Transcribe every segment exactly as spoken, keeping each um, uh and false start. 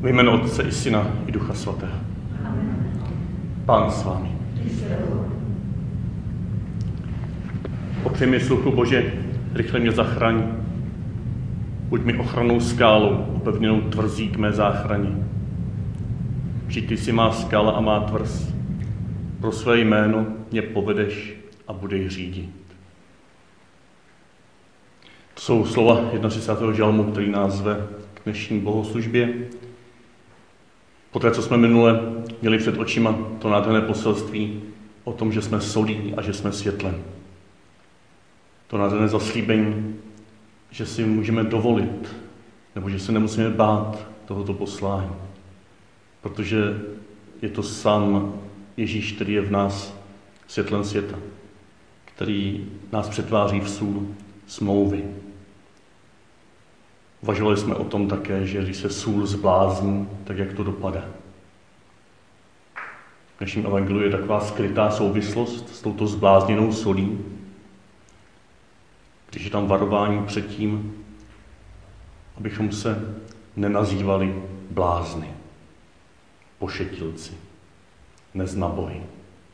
Ve jménu Otce i Syna i Ducha Svatého. Pán s vámi. Popřej mi sluchu, Bože, rychle mě zachraň. Buď mi ochrannou skálou, opevněnou tvrzí k mé záchraně. Vždyť ty jsi má skála a má tvrz. Pro své jméno mě povedeš a budeš řídit. To jsou slova třicátého prvního žalmu, který nás zve k dnešní bohoslužbě. Poté, co jsme minule měli před očima to nádherné poselství o tom, že jsme solí a že jsme světlem. To nádherné zaslíbení, že si můžeme dovolit, nebo že se nemusíme bát tohoto poslání. Protože je to sám Ježíš, který je v nás světlem světa, který nás přetváří v sůl smlouvy. Uvažovali jsme o tom také, že když se sůl zblázní, tak jak to dopadá. V dnešním evangeliu je taková skrytá souvislost s touto zblázněnou solí, když je tam varování před tím, abychom se nenazývali blázny, pošetilci, neznabohy.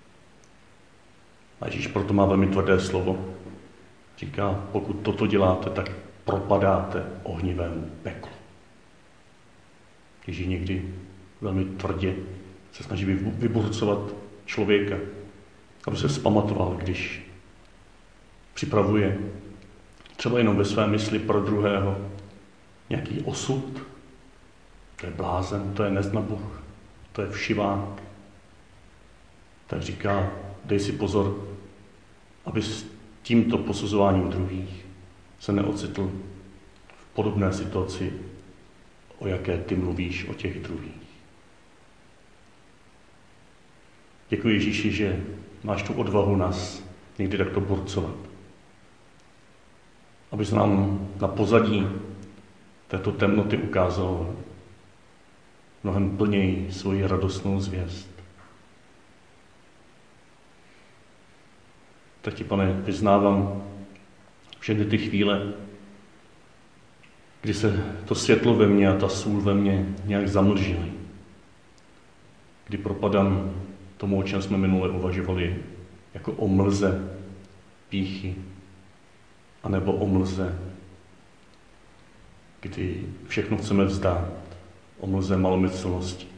A Ježíš proto má velmi tvrdé slovo. Říká, pokud toto děláte, tak propadáte ohnivému peklu. Ježíš někdy velmi tvrdě se snaží vyburcovat člověka, aby se vzpamatoval, když připravuje třeba jenom ve své mysli pro druhého nějaký osud. To je blázen, to je neznaboh, to je všivák. Tak říká, dej si pozor, aby s tímto posuzováním druhých se neocitl v podobné situaci, o jaké ty mluvíš o těch druhých. Děkuji Ježíši, že máš tu odvahu nás někdy takto burcovat. Aby se nám na pozadí této temnoty ukázalo mnohem plněji svoji radostnou zvěst. Tak ti, Pane, vyznávám všechny ty chvíle, kdy se to světlo ve mně a ta sůl ve mně nějak zamlžily. Kdy propadám tomu, o čem jsme minule uvažovali, jako o mlze pýchy, anebo o mlze, kdy všechno chceme vzdát, o mlze malomyslnosti.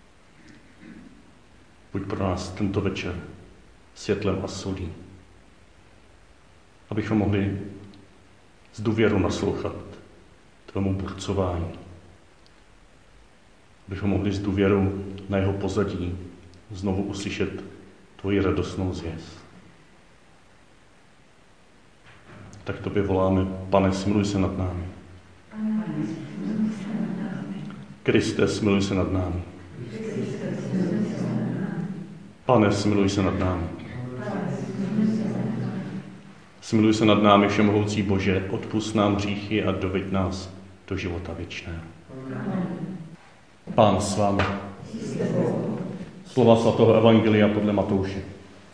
Buď pro nás tento večer světlem a solí, abychom mohli s důvěrou naslouchat tvému burcování. Abychom mohli s důvěrou na jeho pozadí znovu uslyšet tvoji radostnou zvěst. Tak tobě voláme, Pane, smiluj se nad námi. Kriste, smiluj se nad námi. Pane, smiluj se nad námi. Smiluj se nad námi, všemohoucí Bože, odpusť nám hříchy a doveď nás do života věčného. Pán s vámi. Slova svatého evangelia podle Matouše.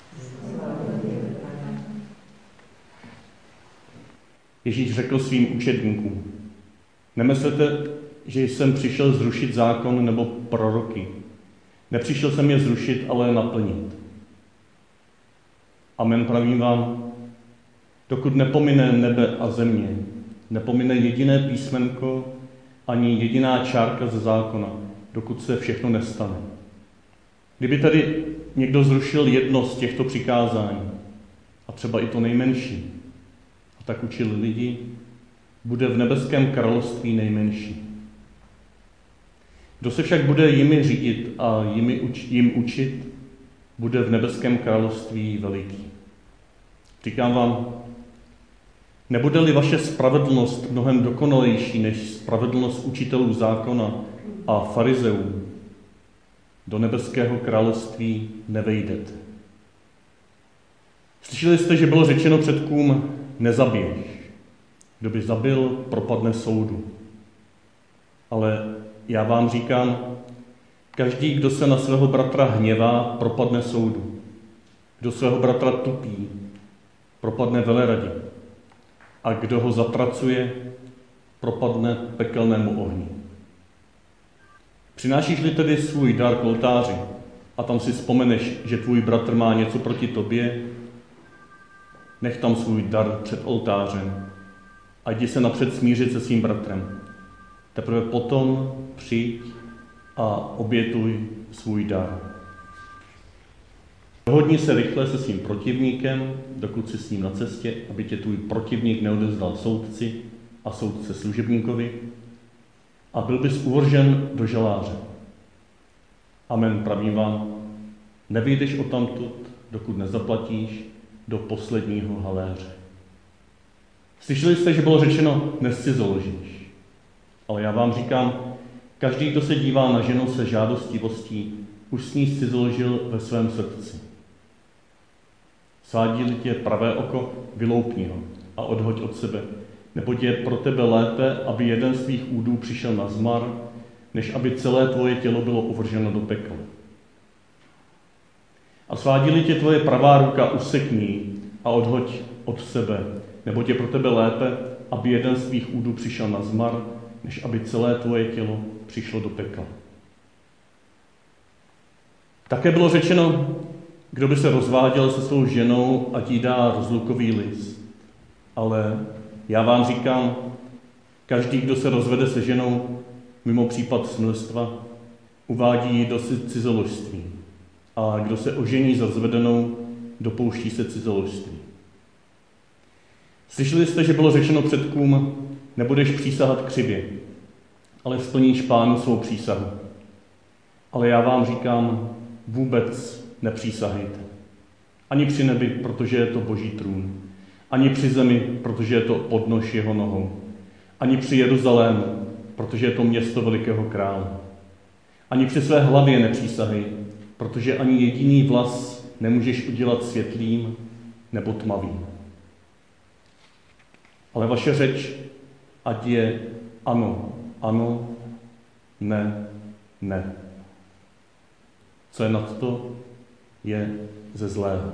Ježíš řekl svým učedníkům, nemyslete, že jsem přišel zrušit zákon nebo proroky. Nepřišel jsem je zrušit, ale naplnit. Amen, pravím vám, dokud nepomine nebe a země, nepomine jediné písmenko ani jediná čárka ze zákona, dokud se všechno nestane. Kdyby tady někdo zrušil jedno z těchto přikázání, a třeba i to nejmenší, a tak učil lidi, bude v nebeském království nejmenší. Kdo se však bude jimi řídit a jimi uč, jim učit, bude v nebeském království veliký. Říkám vám, nebude-li vaše spravedlnost mnohem dokonalejší než spravedlnost učitelů zákona a farizeů, do nebeského království nevejdete. Slyšeli jste, že bylo řečeno předkům, nezabiješ. Kdo by zabil, propadne soudu. Ale já vám říkám, každý, kdo se na svého bratra hněvá, propadne soudu. Kdo svého bratra tupí, propadne veleradě. A kdo ho zatracuje, propadne pekelnému ohni. Přinášíš-li tedy svůj dar k oltáři a tam si vzpomeneš, že tvůj bratr má něco proti tobě, nech tam svůj dar před oltářem a jdi se napřed smířit se svým bratrem. Teprve potom přijď a obětuj svůj dar. Dohodni se rychle se svým protivníkem, dokud jsi s ním na cestě, aby tě tvůj protivník neodevzdal soudci a soudce služebníkovi a byl bys uvržen do žaláře. Amen, pravím vám, nevyjdeš odtamtud, dokud nezaplatíš do posledního haléře. Slyšeli jste, že bylo řečeno, nescizoložíš. Ale já vám říkám, každý, kdo se dívá na ženu se žádostivostí, už s ní scizoložil ve svém srdci. Svádí-li tě pravé oko, vyloupni ho a odhoď od sebe, neboť je pro tebe lépe, aby jeden z tvých údů přišel na zmar, než aby celé tvoje tělo bylo uvrženo do pekla. A svádí-li tě tvoje pravá ruka, usekni a odhoď od sebe, neboť je pro tebe lépe, aby jeden z tvých údů přišel na zmar, než aby celé tvoje tělo přišlo do pekla. Také bylo řečeno, kdo by se rozváděl se svou ženou, ať jí dá rozlukový list. Ale já vám říkám, každý, kdo se rozvede se ženou, mimo případ smilstva, uvádí ji do cizoložství. A kdo se ožení za rozvedenou, dopouští se cizoložství. Slyšeli jste, že bylo řečeno předkům, nebudeš přísahat křivě, ale splníš Pánu svou přísahu. Ale já vám říkám, vůbec nepřísahejte. Ani při nebi, protože je to Boží trůn. Ani při zemi, protože je to podnož jeho nohou. Ani při Jeruzalému, protože je to město velikého krále. Ani při své hlavě nepřísahej, protože ani jediný vlas nemůžeš udělat světlým nebo tmavým. Ale vaše řeč, ať je ano, ano, ne, ne. Co je nad to, je ze zlého.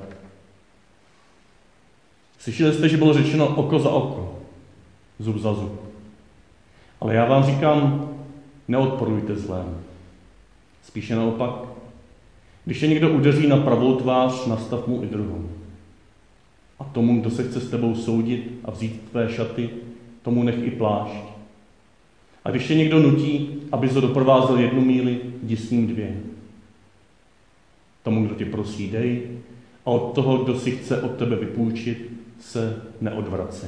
Slyšeli jste, že bylo řečeno oko za oko, zub za zub. Ale já vám říkám, neodporujte zlému. Spíše naopak, když je někdo udeří na pravou tvář, nastav mu i druhou. A tomu, kdo se chce s tebou soudit a vzít tvé šaty, tomu nech i plášť. A když tě někdo nutí, aby ho doprovázel jednu míli, jdi s ním dvě. Tomu, kdo tě prosí, dej, a od toho, kdo si chce od tebe vypůjčit, se neodvracej.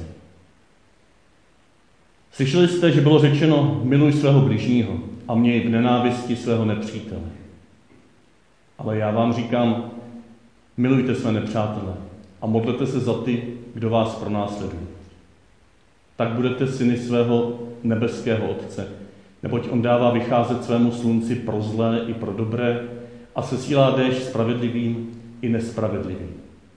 Slyšeli jste, že bylo řečeno, miluj svého bližního a měj v nenávisti svého nepřítele. Ale já vám říkám, milujte své nepřátele a modlete se za ty, kdo vás pronásledují. Tak budete syny svého nebeského Otce, neboť on dává vycházet svému slunci pro zlé i pro dobré a sesílá déšť spravedlivým i nespravedlivým.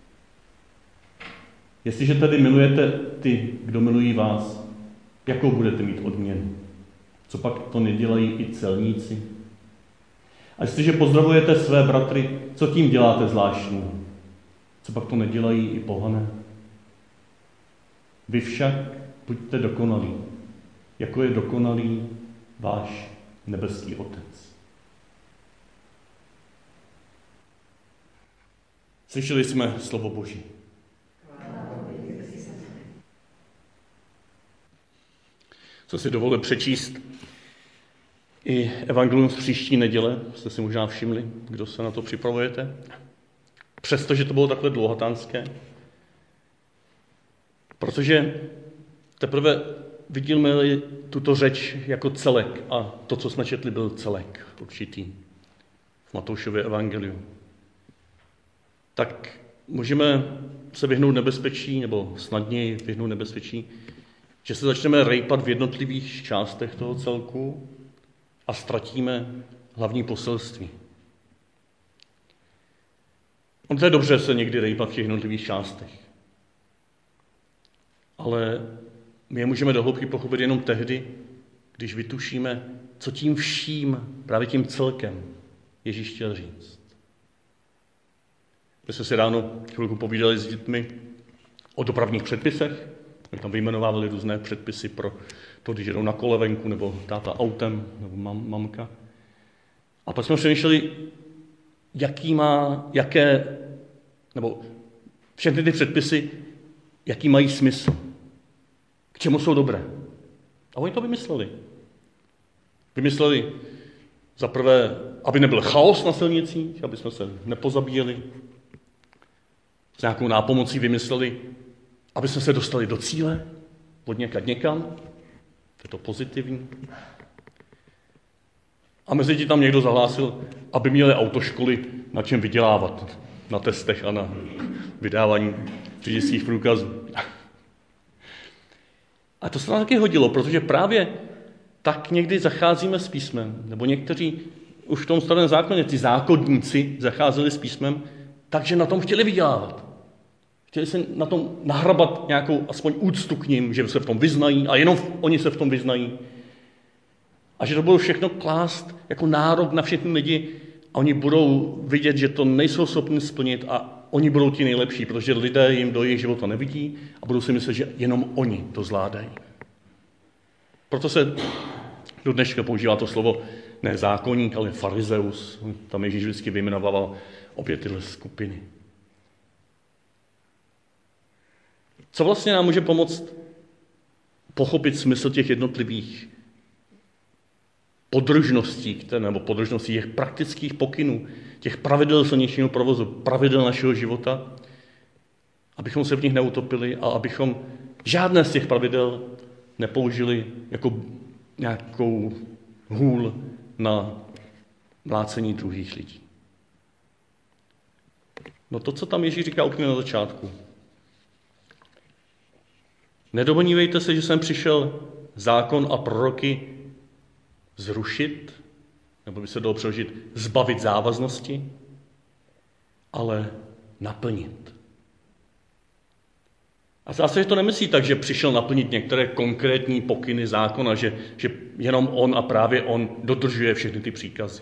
Jestliže tedy milujete ty, kdo milují vás, jakou budete mít odměnu? Co pak to nedělají i celníci? A jestliže pozdravujete své bratry, co tím děláte zvláštního? Co pak to nedělají i pohané? Vy však buďte dokonalí, jako je dokonalý váš nebeský Otec. Slyšeli jsme slovo Boží. Co si dovolil přečíst i evangelium z příští neděle, jste si možná všimli, kdo se na to připravujete. Přestože to bylo takhle dlouhatánské, protože teprve vidíme tuto řeč jako celek a to, co jsme četli, byl celek určitý v Matoušově evangeliu. Tak můžeme se vyhnout nebezpečí, nebo snadněji vyhnout nebezpečí, že se začneme rejpat v jednotlivých částech toho celku a ztratíme hlavní poselství. On to je dobře se někdy rejpat v těch jednotlivých částech. Ale my je můžeme do hloubky pochopit jenom tehdy, když vytušíme, co tím vším, právě tím celkem, Ježíš chtěl říct. My jsme si ráno chvilku povídali s dětmi o dopravních předpisech. My tam vyjmenovávali různé předpisy pro to, když jedou na kole venku, nebo táta autem, nebo mam, mamka. A pak jsme přemýšleli, jaký má, jaké, nebo všechny ty předpisy, jaký mají smysl, k čemu jsou dobré. A oni to vymysleli. Vymysleli za prvé, aby nebyl chaos na silnicích, aby jsme se nepozabíjeli. S nějakou nápomocí vymysleli, aby jsme se dostali do cíle, od někam někam. Je to pozitivní. A mezi tím tam někdo zahlásil, aby měli autoškoly na čem vydělávat. Na testech a na vydávání řidičských průkazů. A to se nám taky hodilo, protože právě tak někdy zacházíme s písmem, nebo někteří už v tom starém zákoně, ty zákonníci zacházeli s písmem, takže na tom chtěli vydělávat. Chtěli se na tom nahrabat nějakou aspoň úctu k nim, že se v tom vyznají a jenom oni se v tom vyznají. A že to budou všechno klást jako nárok na všechny lidi a oni budou vidět, že to nejsou schopni splnit a oni budou ti nejlepší, protože lidé jim do jejich života nevidí a budou si myslet, že jenom oni to zvládají. Proto se do dneška používá to slovo ne zákonník, ale farizeus. Tam Ježíš vždycky vyjmenoval obě tyhle skupiny. Co vlastně nám může pomoct pochopit smysl těch jednotlivých podružností, které, nebo podružností těch praktických pokynů, těch pravidel silničního provozu, pravidel našeho života, abychom se v nich neutopili a abychom žádné z těch pravidel nepoužili jako nějakou hůl na mlácení druhých lidí. No to, co tam Ježíš říká úplně na začátku. Nedomnívejte se, že jsem přišel zákon a proroky zrušit, nebo by se dalo přeložit zbavit závaznosti, ale naplnit. A zase, že to nemyslí tak, že přišel naplnit některé konkrétní pokyny zákona, že, že jenom on a právě on dodržuje všechny ty příkazy.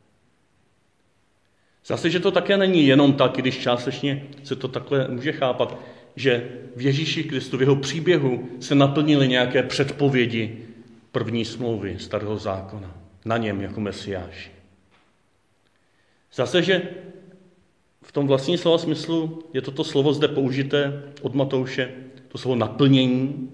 Zase, že to také není jenom tak, když částečně se to takhle může chápat, že v Ježíši Kristu, v jeho příběhu se naplnily nějaké předpovědi první smlouvy starého zákona na něm jako Mesiáši. Zase, že v tom vlastním slova smyslu je toto slovo zde použité od Matouše, to slovo naplnění.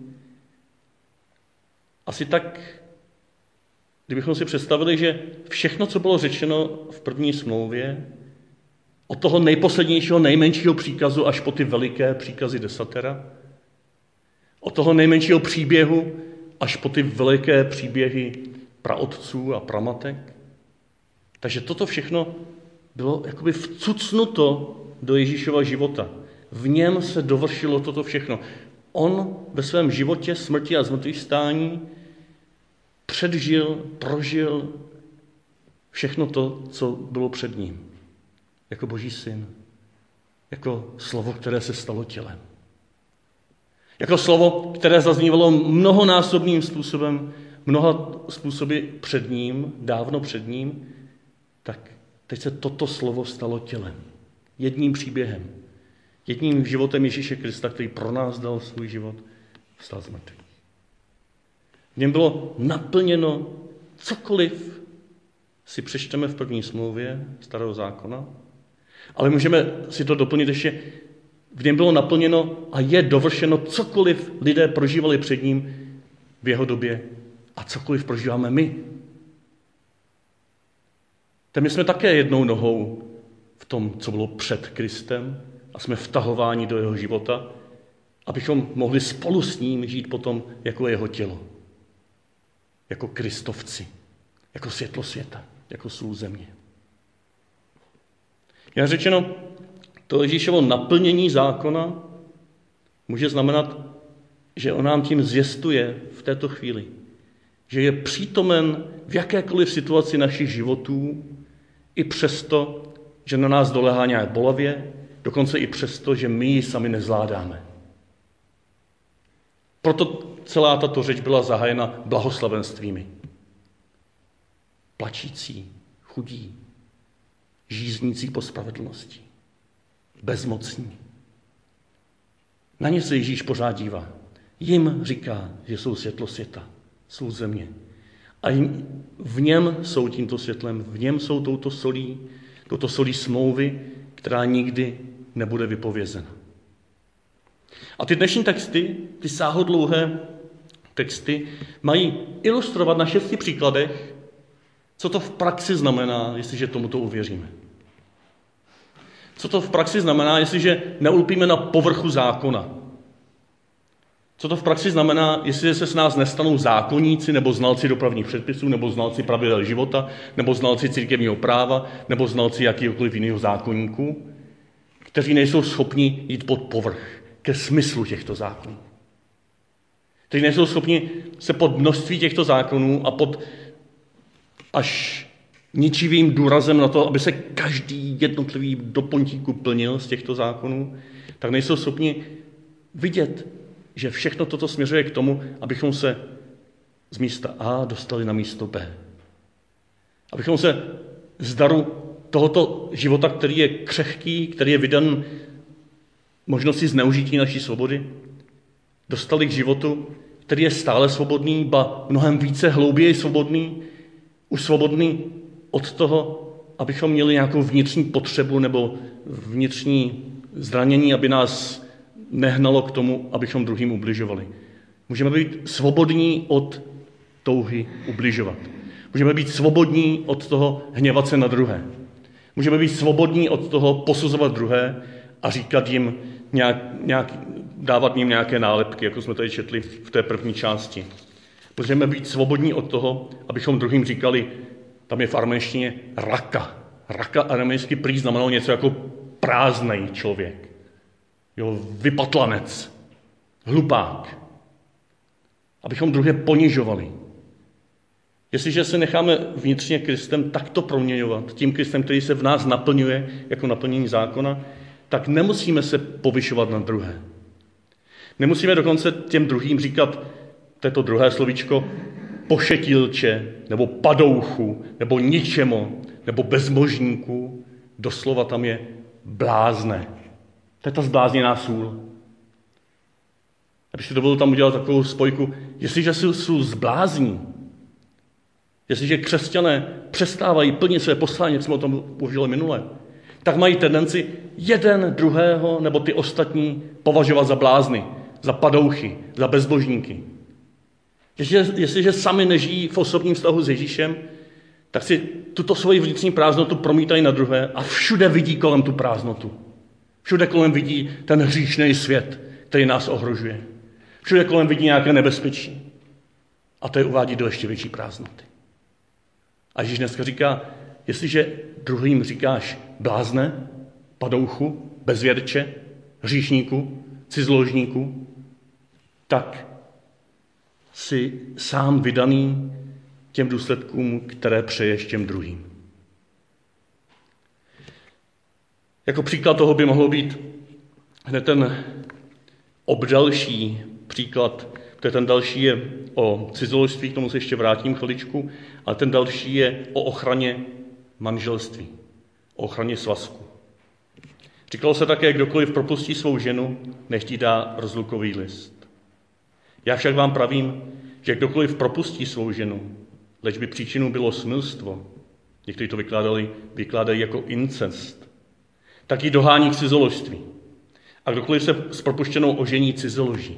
Asi tak, kdybychom si představili, že všechno, co bylo řečeno v první smlouvě, od toho nejposlednějšího, nejmenšího příkazu až po ty veliké příkazy desatera, od toho nejmenšího příběhu až po ty veliké příběhy praotců a pramatek. Takže toto všechno bylo jakoby vcucnuto do Ježíšova života. V něm se dovršilo toto všechno. On ve svém životě, smrti a zmrtvýchvstání předžil, prožil všechno to, co bylo před ním. Jako Boží syn. Jako slovo, které se stalo tělem. Jako slovo, které zaznívalo mnohonásobným způsobem, mnoha způsoby před ním, dávno před ním, tak teď se toto slovo stalo tělem. Jedním příběhem. Jedním životem Ježíše Krista, který pro nás dal svůj život, vstal z mrtvých. V něm bylo naplněno cokoliv si přečteme v první smlouvě starého zákona, ale můžeme si to doplnit ještě, v něm bylo naplněno a je dovršeno cokoliv lidé prožívali před ním v jeho době a cokoliv prožíváme my. Tak my jsme také jednou nohou v tom, co bylo před Kristem a jsme vtahováni do jeho života, abychom mohli spolu s ním žít potom jako jeho tělo. Jako kristovci, jako světlo světa, jako sůl země. Jak řečeno, to Ježíšovo naplnění zákona může znamenat, že on nám tím zvěstuje v této chvíli, že je přítomen v jakékoliv situaci našich životů, i přesto, že na nás dolehá nějak bolavě, dokonce i přesto, že my ji sami nezvládáme. Proto celá tato řeč byla zahájena blahoslavenstvími. Plačící, chudí, žíznící po spravedlnosti, bezmocní. Na ně se Ježíš pořád dívá. Jim říká, že jsou světlo světa, jsou země. A v něm jsou tímto světlem, v něm jsou touto solí, touto solí smlouvy, která nikdy nebude vypovězena. A ty dnešní texty, ty sáhodlouhé texty, mají ilustrovat na šesti příkladech, co to v praxi znamená, jestliže tomuto uvěříme. Co to v praxi znamená, jestliže neulpíme na povrchu zákona. Co to v praxi znamená, jestliže se s nás nestanou zákonníci, nebo znalci dopravních předpisů, nebo znalci pravidel života, nebo znalci církevního práva, nebo znalci jakýkoliv jiného zákonníku, kteří nejsou schopni jít pod povrch ke smyslu těchto zákonů. Kteří nejsou schopni se pod množství těchto zákonů a pod až ničivým důrazem na to, aby se každý jednotlivý do pontíku plnil z těchto zákonů, tak nejsou schopni vidět, že všechno toto směřuje k tomu, abychom se z místa A dostali na místo B. Abychom se z daru tohoto života, který je křehký, který je vydan možnosti zneužití naší svobody, dostali k životu, který je stále svobodný, ba mnohem více hlouběji svobodný, už svobodný od toho, abychom měli nějakou vnitřní potřebu nebo vnitřní zranění, aby nás nehnalo k tomu, abychom druhým ubližovali. Můžeme být svobodní od touhy ubližovat. Můžeme být svobodní od toho hněvat se na druhé. Můžeme být svobodní od toho posuzovat druhé a říkat jim nějak, nějak, dávat jim nějaké nálepky, jako jsme tady četli v té první části. Můžeme být svobodní od toho, abychom druhým říkali, tam je v arménštině raka. Raka aramejsky prý znamenalo něco jako prázdnej člověk. Jo, vypatlanec, hlupák. Abychom druhé ponižovali. Jestliže se necháme vnitřně Kristem takto proměňovat, tím Kristem, který se v nás naplňuje jako naplnění zákona, tak nemusíme se povyšovat na druhé. Nemusíme dokonce těm druhým říkat této druhé slovíčko pošetilče, nebo padouchu, nebo ničemo, nebo bezbožníku. Doslova tam je blázne. To je ta zblázněná sůl. Abych si dovolil tam udělat takovou spojku. Jestliže jsou zblázní, jestliže křesťané přestávají plnit své poslání, jak jsme o tom mluvili minule, tak mají tendenci jeden druhého nebo ty ostatní považovat za blázny, za padouchy, za bezbožníky. Jestliže, jestliže sami nežijí v osobním vztahu s Ježíšem, tak si tuto svoji vnitřní prázdnotu promítají na druhé a všude vidí kolem tu prázdnotu. Všude kolem vidí ten hříšný svět, který nás ohrožuje. Všude kolem vidí nějaké nebezpečí. A to je uvádí do ještě větší prázdnoty. A Ježíš dneska říká, jestliže druhým říkáš blázne, padouchu, bezvěrče, hříšníku, cizoložníku, tak jsi sám vydaný těm důsledkům, které přeješ těm druhým. Jako příklad toho by mohlo být hned ten obdalší příklad, protože ten další je o cizoložství, k tomu se ještě vrátím chviličku, ale ten další je o ochraně manželství, o ochraně svazku. Říkalo se také, kdokoliv propustí svou ženu, nechť jí dá rozlukový list. Já však vám pravím, že kdokoliv propustí svou ženu, leč by příčinou bylo smilstvo, někteří to vykládali, vykládají jako incest, tak ji dohání k cizoložství. A kdokoliv se s propuštěnou ožení, cizoloží.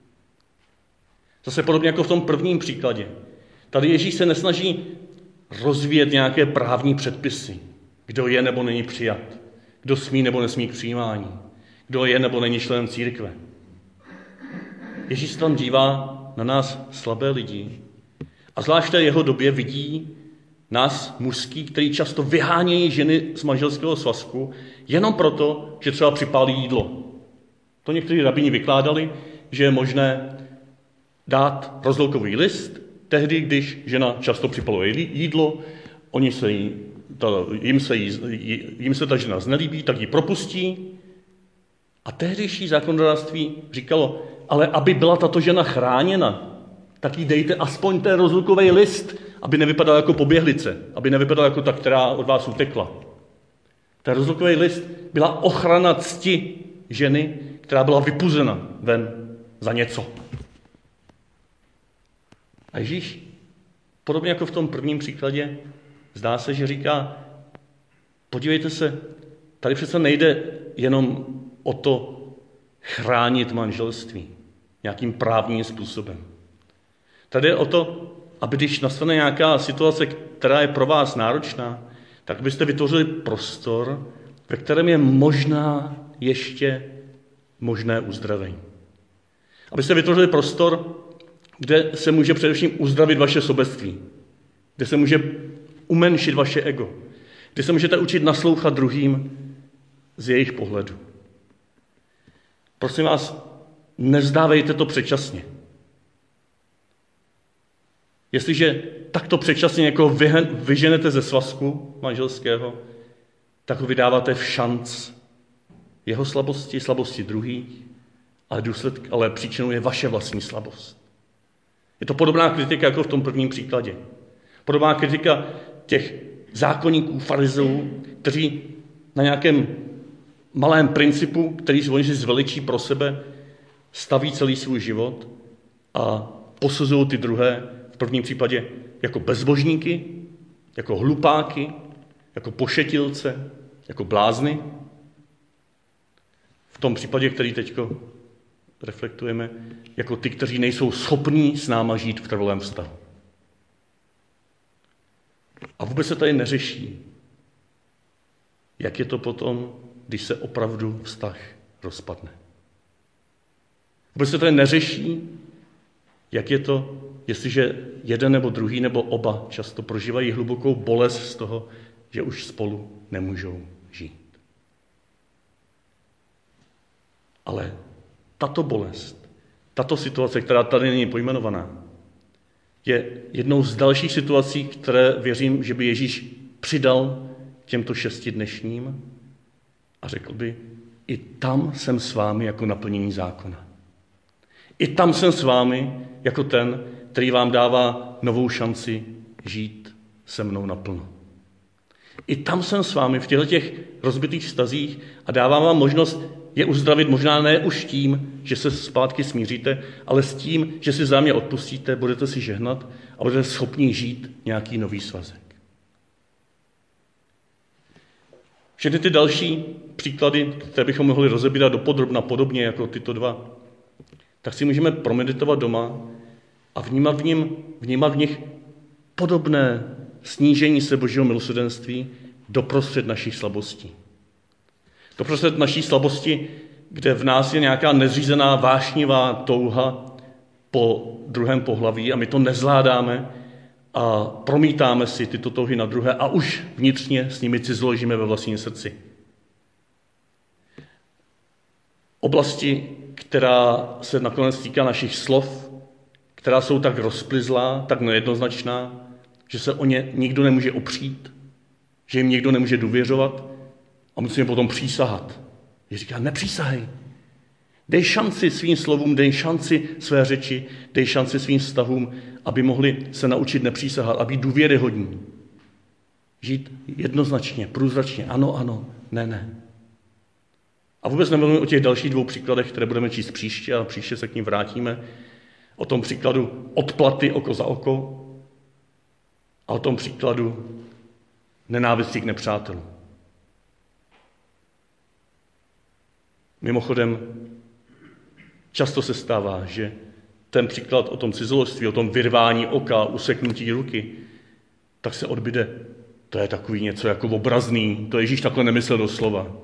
Zase podobně jako v tom prvním příkladě. Tady Ježíš se nesnaží rozvíjet nějaké právní předpisy. Kdo je nebo není přijat. Kdo smí nebo nesmí k přijímání. Kdo je nebo není členem církve. Ježíš se tam dívá na nás slabé lidi. A zvlášť v té jeho době vidí nás mužský, který často vyhánějí ženy z manželského svazku, jenom proto, že třeba připálí jídlo. To někteří rabíni vykládali, že je možné dát rozloukový list tehdy, když žena často připaluje jídlo, oni se jí, ta, jim, se jí, jim se ta žena znelíbí, tak ji propustí. A tehdejší zákonodárství říkalo, ale aby byla tato žena chráněna, tak jí dejte aspoň ten rozlukový list, aby nevypadala jako poběhlice, aby nevypadala jako ta, která od vás utekla. Ten rozlukový list byla ochrana cti ženy, která byla vypuzena ven za něco. A Ježíš Podobně jako v tom prvním příkladě, zdá se, že říká, podívejte se, tady přece nejde jenom o to chránit manželství nějakým právním způsobem. Tady je o to, aby když nastane nějaká situace, která je pro vás náročná, tak byste vytvořili prostor, ve kterém je možná ještě možné uzdravení. Abyste vytvořili prostor, kde se může především uzdravit vaše sobectví, kde se může umenšit vaše ego, kde se můžete učit naslouchat druhým z jejich pohledu. Prosím vás, nevzdávejte to předčasně. Jestliže takto předčasně někoho vyženete ze svazku manželského, tak ho vydáváte v šanc jeho slabosti, slabosti druhých, ale, důsledk, ale příčinou je vaše vlastní slabost. Je to podobná kritika jako v tom prvním příkladě. Podobná kritika těch zákonníků, farizeů, kteří na nějakém malém principu, který oni si zveličí pro sebe, staví celý svůj život a posuzují ty druhé v prvním případě jako bezbožníky, jako hlupáky, jako pošetilce, jako blázny. V tom případě, který teď reflektujeme, jako ty, kteří nejsou schopní s náma žít v trvalém vztahu. A vůbec se tady neřeší, jak je to potom, když se opravdu vztah rozpadne. Vůbec se tady neřeší, jak je to, jestliže jeden nebo druhý nebo oba často prožívají hlubokou bolest z toho, že už spolu nemůžou žít. Ale tato bolest, tato situace, která tady není pojmenovaná, je jednou z dalších situací, které věřím, že by Ježíš přidal těmto šesti dnešním a řekl by, i tam jsem s vámi jako naplnění zákona. I tam jsem s vámi jako ten, který vám dává novou šanci žít se mnou naplno. I tam jsem s vámi v těchto těch rozbitých vztazích a dávám vám možnost je uzdravit možná ne už tím, že se zpátky smíříte, ale s tím, že si vzájemně odpustíte, budete si žehnat a budete schopni žít nějaký nový svazek. Všechny ty další příklady, které bychom mohli rozebírat dopodrobna podobně jako tyto dva, tak si můžeme promeditovat doma a vnímat v, ním, vnímat v nich podobné snížení se Božího milosrdenství doprostřed našich slabostí. Doprostřed naší slabosti, kde v nás je nějaká nezřízená vášnivá touha po druhém pohlaví a my to nezvládáme a promítáme si tyto touhy na druhé a už vnitřně s nimi cizložíme ve vlastním srdci. Oblasti, která se nakonec týká našich slov, která jsou tak rozplyzlá, tak nejednoznačná, že se o ně nikdo nemůže opřít, že jim nikdo nemůže důvěřovat a musíme potom přísahat. Je říká, nepřísahej. Dej šanci svým slovům, dej šanci své řeči, dej šanci svým vztahům, aby mohli se naučit nepřísahat, aby důvěryhodní. Žít jednoznačně, průzračně, ano, ano, ne, ne. A vůbec nemluvíme o těch dalších dvou příkladech, které budeme číst příště a příště se k ním vrátíme. O tom příkladu odplaty oko za oko a o tom příkladu nenávisti k nepřátelům. Mimochodem, často se stává, že ten příklad o tom cizoložství, o tom vyrvání oka, useknutí ruky, tak se odbyde. To je takový něco jako obrazný, to Ježíš takhle nemyslel doslova.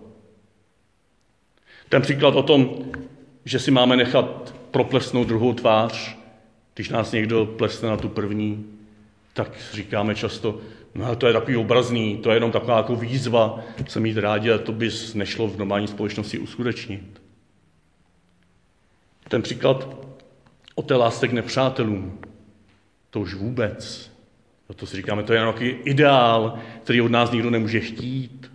Ten příklad o tom, že si máme nechat proplesnout druhou tvář, když nás někdo plesne na tu první, tak říkáme často, no to je takový obrazný, to je jenom taková jako výzva se mít rádi, ale to bys nešlo v normální společnosti uskutečnit. Ten příklad o té lásce k nepřátelům, to už vůbec. To si říkáme, to je nějaký ideál, který od nás nikdo nemůže chtít.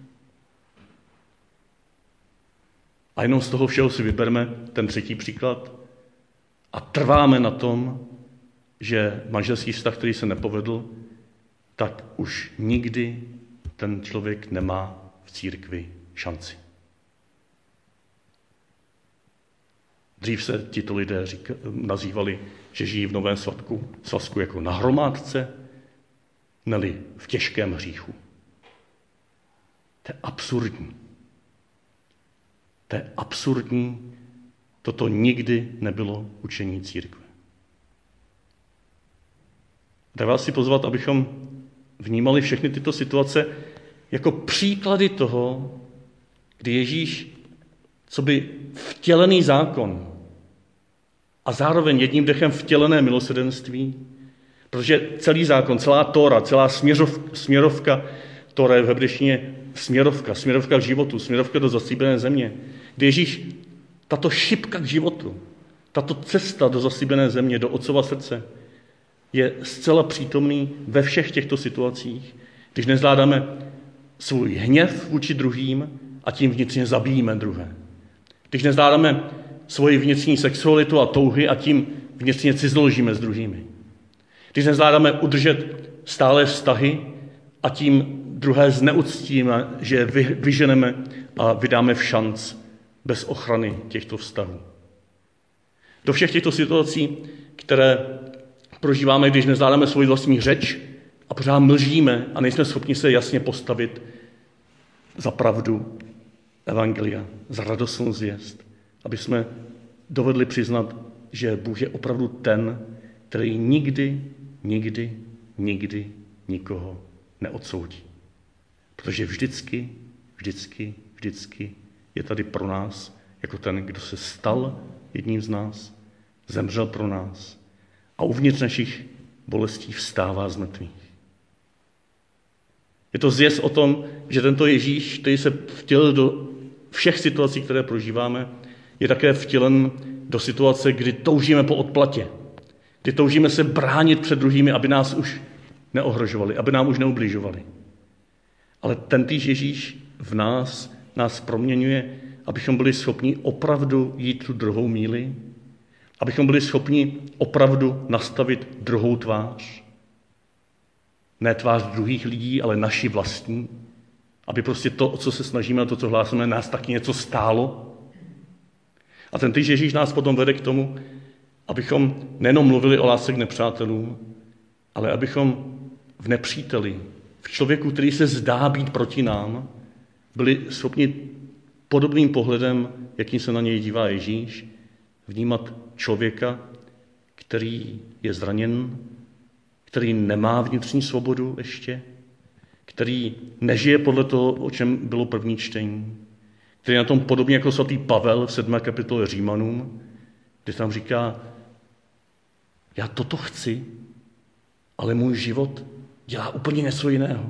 A jenom z toho všeho si vybereme ten třetí příklad a trváme na tom, že manželský vztah, který se nepovedl, tak už nikdy ten člověk nemá v církvi šanci. Dřív se tito lidé říka, nazývali, že žijí v novém svazku, svazku jako na hromádce, neli v těžkém hříchu. To je absurdní. To je absurdní. Toto nikdy nebylo učení církve. Tak vás chci pozvat, abychom vnímali všechny tyto situace jako příklady toho, kdy Ježíš, co by vtělený zákon a zároveň jedním dechem vtělené milosrdenství, protože celý zákon, celá Tóra, celá směřov, směrovka, Tóra je v hebrejštině směrovka, směrovka k životu, směrovka do zaslíbené země, kdy Ježíš, tato šipka k životu, tato cesta do zaslíbené země, do Otcova srdce, je zcela přítomný ve všech těchto situacích, když nezvládáme svůj hněv vůči druhým a tím vnitřně zabíjíme druhé. Když nezvládáme svoji vnitřní sexualitu a touhy a tím vnitřně cizoložíme s druhými. Když nezvládáme udržet stále vztahy a tím druhé zneuctíme, že je vyženeme a vydáme v šanc bez ochrany těchto vztahů. Do všech těchto situací, které prožíváme, když nezvládáme svoji vlastní řeč a pořád mlžíme a nejsme schopni se jasně postavit za pravdu evangelia, za radostnou zvěst, aby jsme dovedli přiznat, že Bůh je opravdu ten, který nikdy, nikdy, nikdy nikoho neodsoudí. Protože vždycky, vždycky, vždycky je tady pro nás jako ten, kdo se stal jedním z nás, zemřel pro nás a uvnitř našich bolestí vstává z mrtvých. Je to zvěst o tom, že tento Ježíš, který se vtělil do všech situací, které prožíváme, je také vtělen do situace, kdy toužíme po odplatě, kdy toužíme se bránit před druhými, aby nás už neohrožovali, aby nám už neubližovali. Ale tentýž Ježíš v nás nás proměňuje, abychom byli schopni opravdu jít tu druhou míli, abychom byli schopni opravdu nastavit druhou tvář. Ne tvář druhých lidí, ale naši vlastní. Aby prostě to, o co se snažíme a to, co hlásíme, nás taky něco stálo. A ten týž Ježíš nás potom vede k tomu, abychom nejenom mluvili o lásce k nepřátelům, ale abychom v nepříteli, v člověku, který se zdá být proti nám, byli schopni podobným pohledem, jakým se na něj dívá Ježíš, vnímat člověka, který je zraněn, který nemá vnitřní svobodu ještě, který nežije podle toho, o čem bylo první čtení, který je na tom podobně jako svatý Pavel v sedmé kapitole Římanům, kde tam říká, já toto chci, ale můj život dělá úplně něco jiného.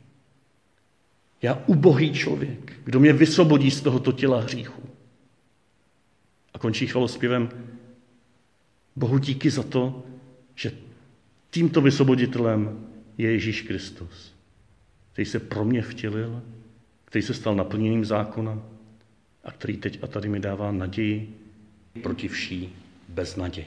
Já ubohý člověk, kdo mě vysvobodí z tohoto těla hříchu. A končí chvalospěvem, Bohu díky za to, že tímto vysvoboditelem je Ježíš Kristus, který se pro mě vtělil, který se stal naplněním zákona a který teď a tady mi dává naději proti vší beznaději.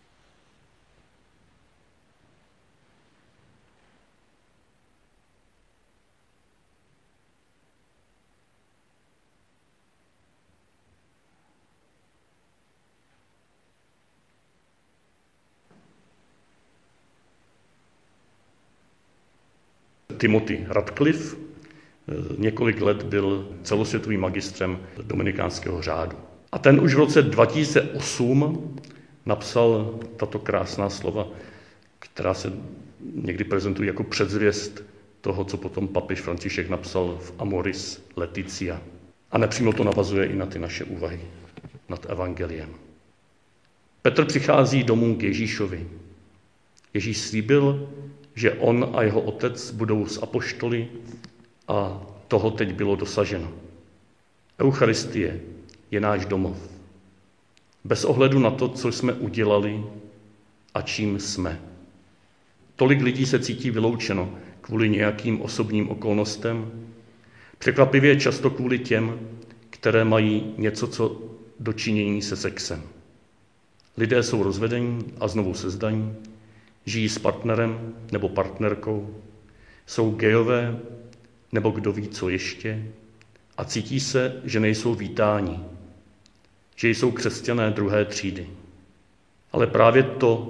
Timothy Radcliffe několik let byl celosvětovým magistrem dominikánského řádu. A ten už v roce dva tisíce osm napsal tato krásná slova, která se někdy prezentují jako předzvěst toho, co potom papež František napsal v Amoris Laetitia. A nepřímo to navazuje i na ty naše úvahy nad evangeliem. Petr přichází domů k Ježíšovi. Ježíš slíbil, že on a jeho otec budou s apoštoly a toho teď bylo dosaženo. Eucharistie je náš domov. Bez ohledu na to, co jsme udělali a čím jsme. Tolik lidí se cítí vyloučeno kvůli nějakým osobním okolnostem, překvapivě často kvůli těm, které mají něco co dočinění se sexem. Lidé jsou rozvedení a znovu sezdaní, žijí s partnerem nebo partnerkou, jsou gejové nebo kdo ví, co ještě, a cítí se, že nejsou vítáni, že jsou křesťané druhé třídy. Ale právě to,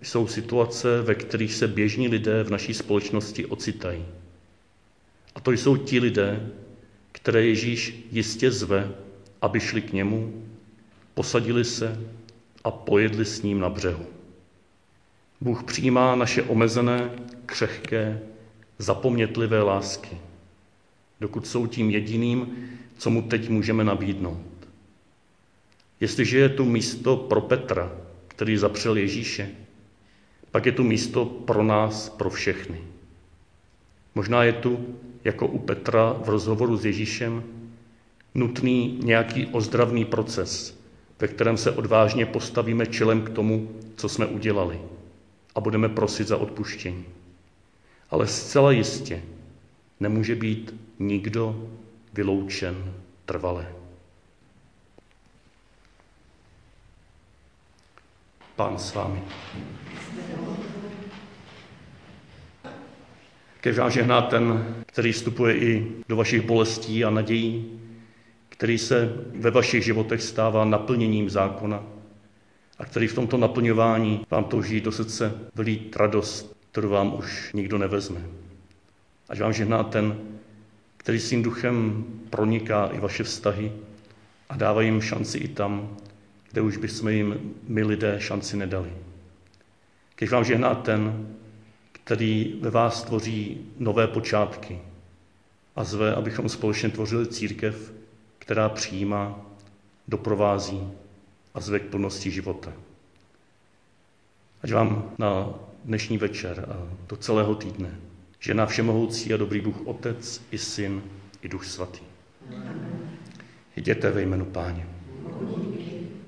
jsou situace, ve kterých se běžní lidé v naší společnosti ocitají. A to jsou ti lidé, které Ježíš jistě zve, aby šli k němu, posadili se a pojedli s ním na břehu. Bůh přijímá naše omezené, křehké, zapomnětlivé lásky, dokud jsou tím jediným, co mu teď můžeme nabídnout. Jestliže je tu místo pro Petra, který zapřel Ježíše, pak je tu místo pro nás, pro všechny. Možná je tu, jako u Petra v rozhovoru s Ježíšem, nutný nějaký ozdravný proces, ve kterém se odvážně postavíme čelem k tomu, co jsme udělali, a budeme prosit za odpuštění. Ale zcela jistě nemůže být nikdo vyloučen trvale. Pán s vámi. Kež vám žehná ten, který vstupuje i do vašich bolestí a nadějí, který se ve vašich životech stává naplněním zákona a který v tomto naplňování vám touží do srdce vylít radost, kterou vám už nikdo nevezme. Ať vám žehná ten, který svým duchem proniká i vaše vztahy a dává jim šanci i tam, kde už bychom jim my lidé šanci nedali. Kež vám žehná ten, který ve vás tvoří nové počátky a zve, abychom společně tvořili církev, která přijímá, doprovází a zve k plnosti života. Ať vám na dnešní večer a do celého týdne žehná všemohoucí a dobrý Bůh Otec i Syn i Duch Svatý. Jděte ve jménu Páně.